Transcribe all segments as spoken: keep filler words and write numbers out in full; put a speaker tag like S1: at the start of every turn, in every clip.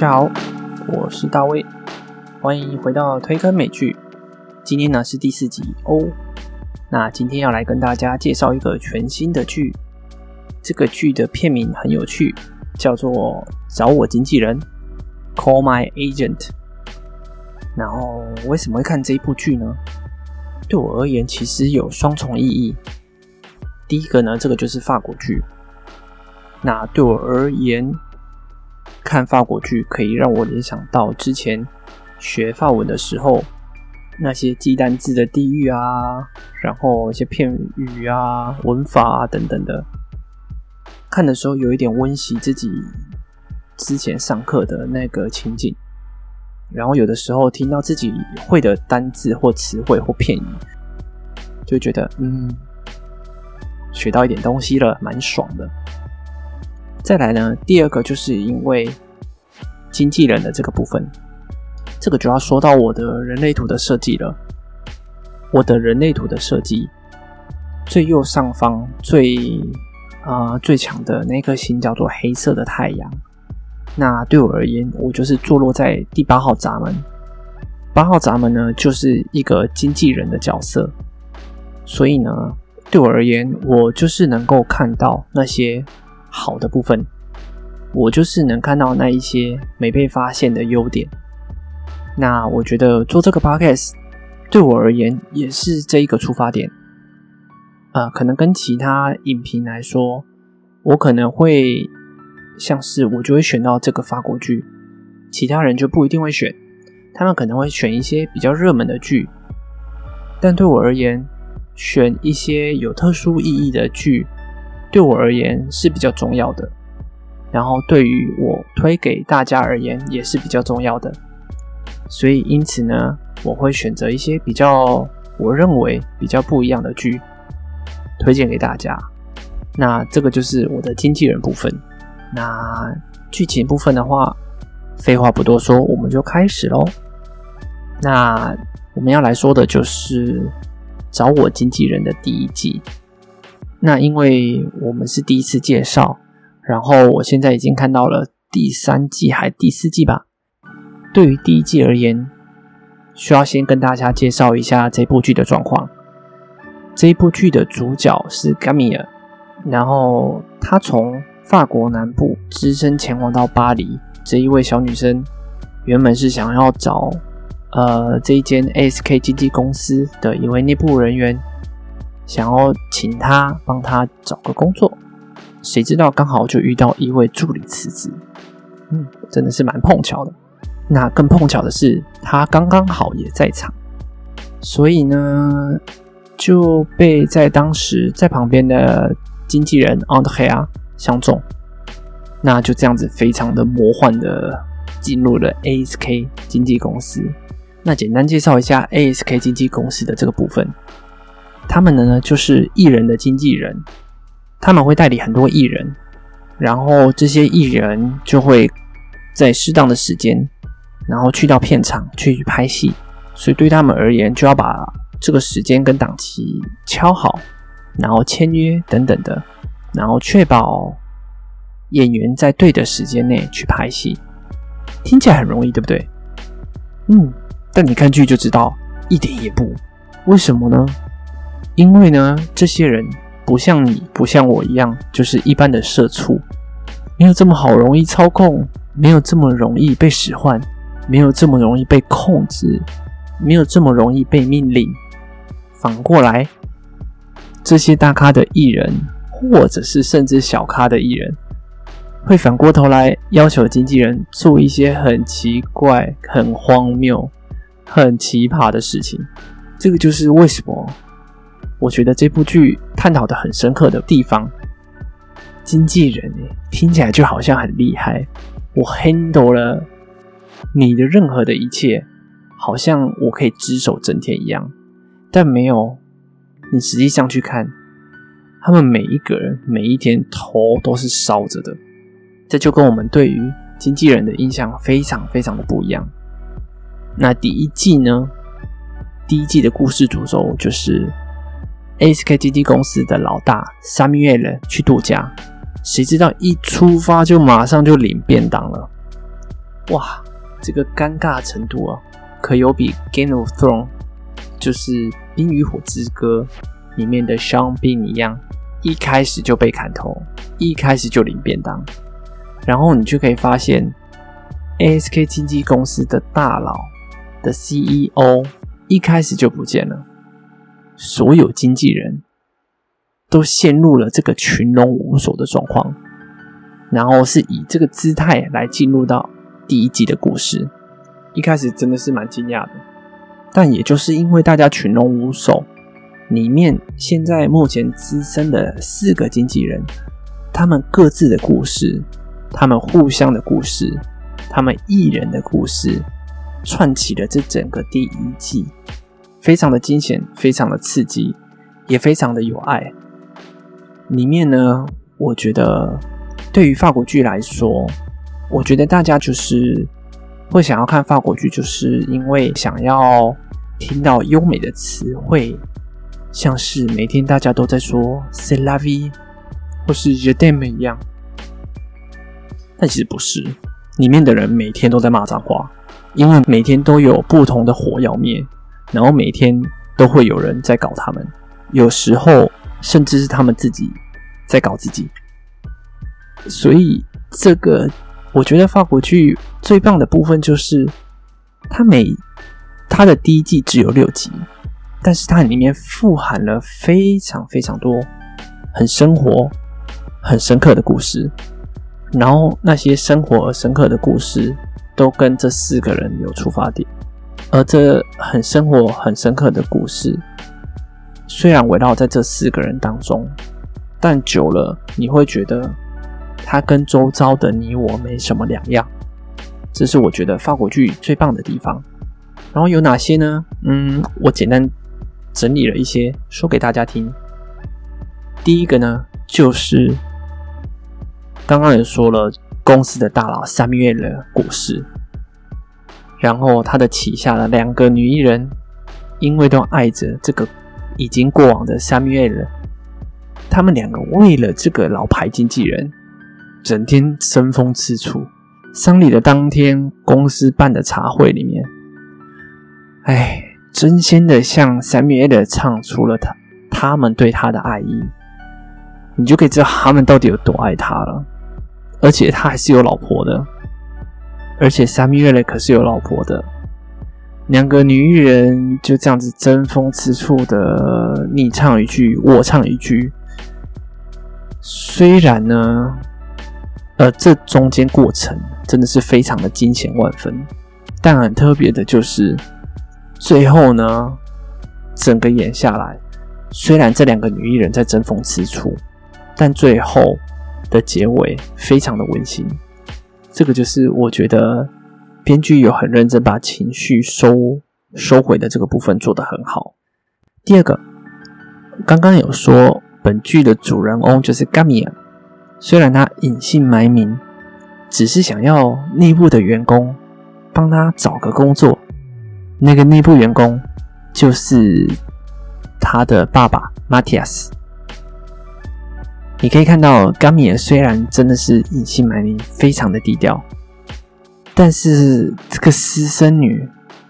S1: 家好，我是大卫，欢迎回到推坑美剧。今天呢是第四集哦。那今天要来跟大家介绍一个全新的剧，这个剧的片名很有趣，叫做找我经纪人 Call My Agent。 然后为什么会看这一部剧呢？对我而言其实有双重意义。第一个呢，这个就是法国剧，那对我而言看法国剧可以让我联想到之前学法文的时候那些记单字的地狱啊，然后一些片语啊、文法啊等等的，看的时候有一点温习自己之前上课的那个情景，然后有的时候听到自己会的单字或词汇或片语，就觉得嗯，学到一点东西了，蛮爽的。再来呢，第二个就是因为经纪人的这个部分，这个就要说到我的人类图的设计了。我的人类图的设计，最右上方最呃最强的那颗星叫做黑色的太阳。那对我而言，我就是坐落在第八号闸门。八号闸门呢，就是一个经纪人的角色，所以呢，对我而言，我就是能够看到那些好的部分，我就是能看到那一些没被发现的优点。那我觉得做这个 podcast 对我而言也是这一个出发点。呃，可能跟其他影评来说，我可能会像是我就会选到这个法国剧，其他人就不一定会选，他们可能会选一些比较热门的剧。但对我而言，选一些有特殊意义的剧对我而言是比较重要的，然后对于我推给大家而言也是比较重要的。所以因此呢，我会选择一些比较我认为比较不一样的剧推荐给大家。那这个就是我的经纪人部分。那剧情部分的话，废话不多说，我们就开始咯。那我们要来说的就是找我经纪人的第一季。那因为我们是第一次介绍，然后我现在已经看到了第三季还第四季吧。对于第一季而言，需要先跟大家介绍一下这部剧的状况。这一部剧的主角是 Camille， 然后她从法国南部只身前往到巴黎。这一位小女生原本是想要找呃这一间 A S K 经纪公司的一位内部人员，想要请他帮他找个工作，谁知道刚好就遇到一位助理辞职，嗯，真的是蛮碰巧的。那更碰巧的是，他刚刚好也在场，所以呢，就被在当时在旁边的经纪人 Andrea 相中，那就这样子非常的魔幻的进入了 A S K 经纪公司。那简单介绍一下 A S K 经纪公司的这个部分。他们呢就是艺人的经纪人，他们会代理很多艺人，然后这些艺人就会在适当的时间，然后去到片场去拍戏，所以对他们而言就要把这个时间跟档期敲好，然后签约等等的，然后确保演员在对的时间内去拍戏。听起来很容易，对不对？嗯，但你看剧就知道一点也不。为什么呢？因为呢，这些人不像你不像我一样就是一般的社畜，没有这么好容易操控，没有这么容易被使唤，没有这么容易被控制，没有这么容易被命令。反过来，这些大咖的艺人或者是甚至小咖的艺人会反过头来要求经纪人做一些很奇怪、很荒谬、很奇葩的事情。这个就是为什么我觉得这部剧探讨的很深刻的地方。经纪人欸，听起来就好像很厉害，我 handle 了你的任何的一切，好像我可以只手遮天一样。但没有，你实际上去看，他们每一个人每一天头都是烧着的。这就跟我们对于经纪人的印象非常非常的不一样。那第一季呢，第一季的故事主轴就是 A S K 经纪公司的老大 Samuel 去度假，谁知道一出发就马上就领便当了。 哇，这个尴尬程度啊，可有比 Game of Thrones 就是《冰与火之歌》里面的 Sean Bean 一样，一开始就被砍头，一开始就领便当。然后你就可以发现 A S K 经纪公司的大佬的 C E O 一开始就不见了，所有经纪人都陷入了这个群龙无首的状况，然后是以这个姿态来进入到第一季的故事。一开始真的是蛮惊讶的，但也就是因为大家群龙无首，里面现在目前资深的四个经纪人，他们各自的故事，他们互相的故事，他们艺人的故事，串起了这整个第一季，非常的惊险，非常的刺激，也非常的有爱。里面呢，我觉得对于法国剧来说，我觉得大家就是会想要看法国剧，就是因为想要听到优美的词汇，像是每天大家都在说 C'est la vie 或是 Je t'aime 一样。但其实不是，里面的人每天都在骂脏话，因为每天都有不同的火要灭，然后每天都会有人在搞他们，有时候甚至是他们自己在搞自己。所以这个我觉得法国剧最棒的部分就是它每它的第一季只有六集，但是它里面富含了非常非常多很生活很深刻的故事，然后那些生活而深刻的故事都跟这四个人有出发点，而这很生活很深刻的故事虽然围绕在这四个人当中，但久了你会觉得它跟周遭的你我没什么两样。这是我觉得法国剧最棒的地方。然后有哪些呢？嗯，我简单整理了一些说给大家听。第一个呢，就是刚刚也说了公司的大佬萨米尔的故事，然后他的旗下的两个女艺人因为都爱着这个已经过往的萨米尔，他们两个为了这个老牌经纪人整天争风吃醋。丧礼的当天，公司办的茶会里面，哎，真心的向萨米尔唱出了他他们对他的爱意，你就可以知道他们到底有多爱他了。而且他还是有老婆的，而且萨米尔可是有老婆的。两个女艺人就这样子争风吃醋的，你唱一句我唱一句。虽然呢呃，这中间过程真的是非常的惊险万分，但很特别的就是最后呢，整个演下来，虽然这两个女艺人在争风吃醋，但最后的结尾非常的温馨。这个就是我觉得编剧有很认真把情绪收收回的这个部分做得很好。第二个，刚刚有说本剧的主人翁就是 Gamia， 虽然他隐姓埋名，只是想要内部的员工帮他找个工作，那个内部员工就是他的爸爸 Matthias。 你可以看到 Gamia 虽然真的是隐姓埋名，非常的低调，但是这个私生女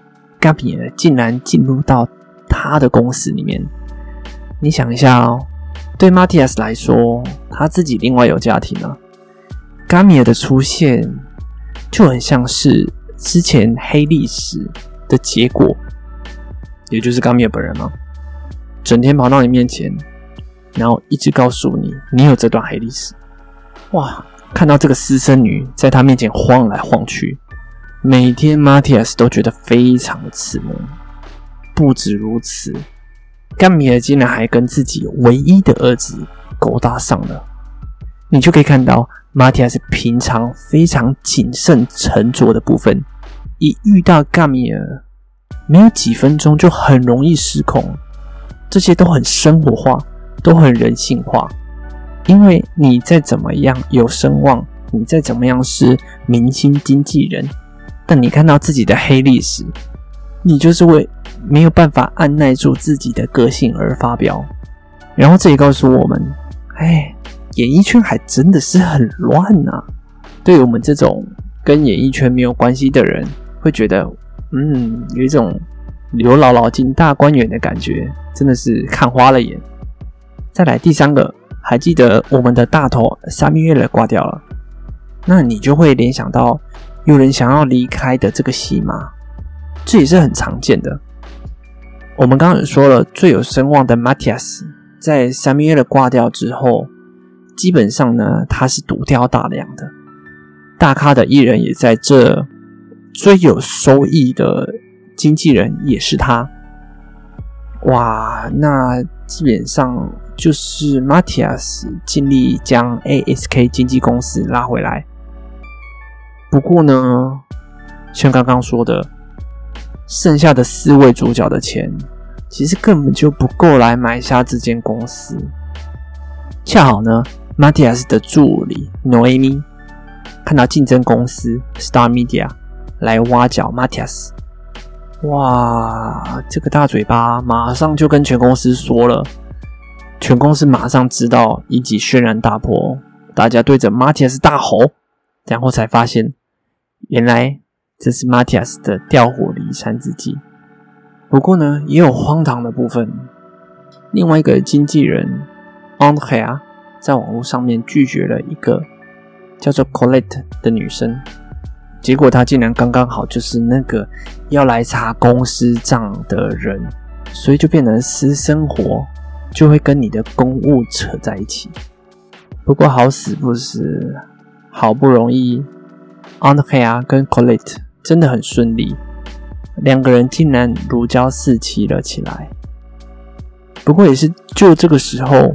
S1: Gamia 竟然进入到他的公司里面。你想一下哦，对 Matthias 来说，他自己另外有家庭啊。Gamia 的出现就很像是之前黑历史的结果，也就是 Gamia 本人嘛，整天跑到你面前，然后一直告诉你你有这段黑历史。哇，看到这个私生女在他面前晃来晃去，每天 Matthias 都觉得非常的刺目。不止如此，甘米尔竟然还跟自己唯一的儿子勾搭上了。你就可以看到 Matthias 平常非常谨慎沉着的部分，一遇到甘米尔没有几分钟就很容易失控。这些都很生活化，都很人性化。因为你再怎么样有声望，你再怎么样是明星经纪人，但你看到自己的黑历史，你就是会没有办法按耐住自己的个性而发飙。然后这也告诉我们，哎，演艺圈还真的是很乱啊。对于我们这种跟演艺圈没有关系的人会觉得，嗯，有一种刘姥姥进大观园的感觉，真的是看花了眼。再来第三个，还记得我们的大头萨米约勒挂掉了，那你就会联想到有人想要离开的这个戏码，这也是很常见的。我们刚刚有说了，最有声望的 Matias 在萨米约勒挂掉之后，基本上呢他是独挑大梁的，大咖的艺人也在这，最有收益的经纪人也是他。哇，那基本上就是 Matias 尽力将 A S K 经纪公司拉回来。不过呢，像刚刚说的，剩下的四位主角的钱其实根本就不够来买下这间公司。恰好呢 Matias 的助理 Noemi 看到竞争公司 Star Media 来挖角 Matias， 哇，这个大嘴巴马上就跟全公司说了，全公司马上知道，引起轩然大波，大家对着 Matias 大吼，然后才发现原来这是 Matias 的调虎离山之计。不过呢，也有荒唐的部分。另外一个经纪人 Andrea 在网络上面拒绝了一个叫做 Colette 的女生，结果她竟然刚刚好就是那个要来查公司账的人，所以就变成私生活就会跟你的公务扯在一起。不过好死不死，好不容易 Andrea 跟 Colette 真的很顺利，两个人竟然如胶似漆了起来。不过也是就这个时候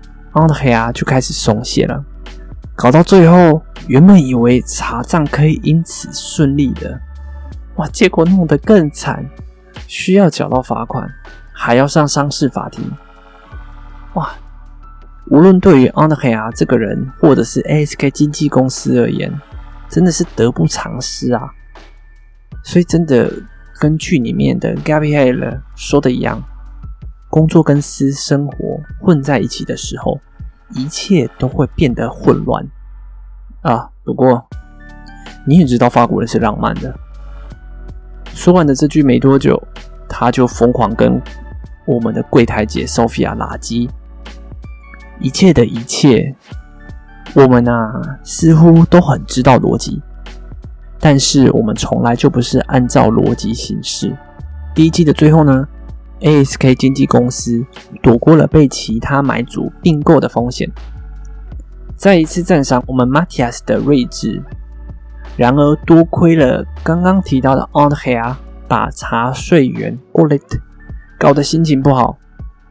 S1: Andrea 就开始松懈了，搞到最后原本以为查账可以因此顺利的，哇，结果弄得更惨，需要缴到罚款，还要上商事法庭。哇，无论对于 Andrea 这个人或者是 A S K 经纪公司而言，真的是得不偿失啊。所以真的跟剧里面的 Gabrielle 说的一样，工作跟私生活混在一起的时候，一切都会变得混乱啊。不过你也知道法国人是浪漫的，说完的这句没多久，他就疯狂跟我们的柜台姐 Sophia 拉鸡。一切的一切，我们啊似乎都很知道逻辑，但是我们从来就不是按照逻辑行事。第一季的最后呢， A S K 经纪公司躲过了被其他买主并购的风险，再一次赞赏我们 Matias 的睿智。然而多亏了刚刚提到的 Andrea 把查税员 Colette 搞得心情不好，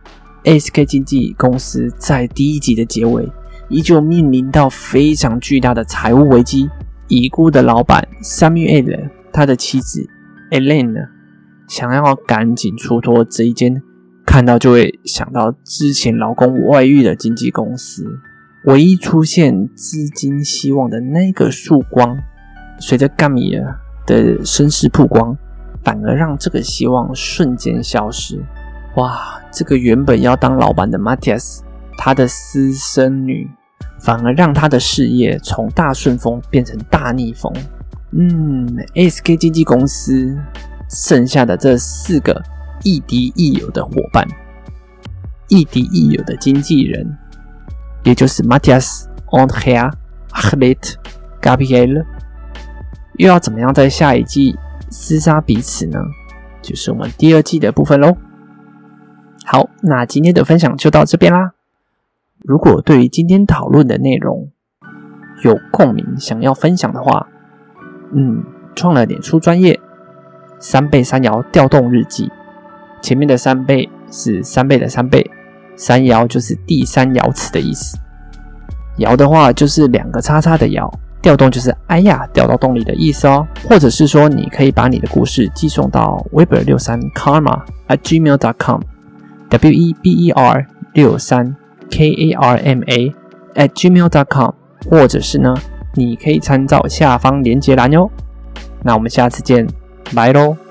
S1: A S K 经纪公司在第一集的结尾依旧面临到非常巨大的财务危机。已故的老板 Samuel 他的妻子 Elaine 想要赶紧出脱这一间看到就会想到之前老公外遇的经纪公司，唯一出现资金希望的那个曙光，随着 Gamia 的身世曝光，反而让这个希望瞬间消失。哇，这个原本要当老板的 Matias 他的私生女反而让他的事业从大顺风变成大逆风。嗯 A S K 经纪公司剩下的这四个亦敌亦友的伙伴，亦敌亦友的经纪人，也就是 Matias、Andrea、Colette、Gabrielle， 又要怎么样在下一季厮杀彼此呢？就是我们第二季的部分咯。好，那今天的分享就到这边啦。如果对于今天讨论的内容有共鸣，想要分享的话，嗯，创了脸书专页三倍三爻调动日记，前面的三倍是三倍的三倍，三爻就是第三爻辞的意思。爻的话就是两个叉叉的爻，调动就是哎呀掉到洞里的意思哦。或者是说你可以把你的故事寄送到 weber 六三 karma at gmail dot com w e b e r 六三 k a r m a at gmail dot com， 或者是呢你可以参照下方连结栏哟。那我们下次见，拜咯。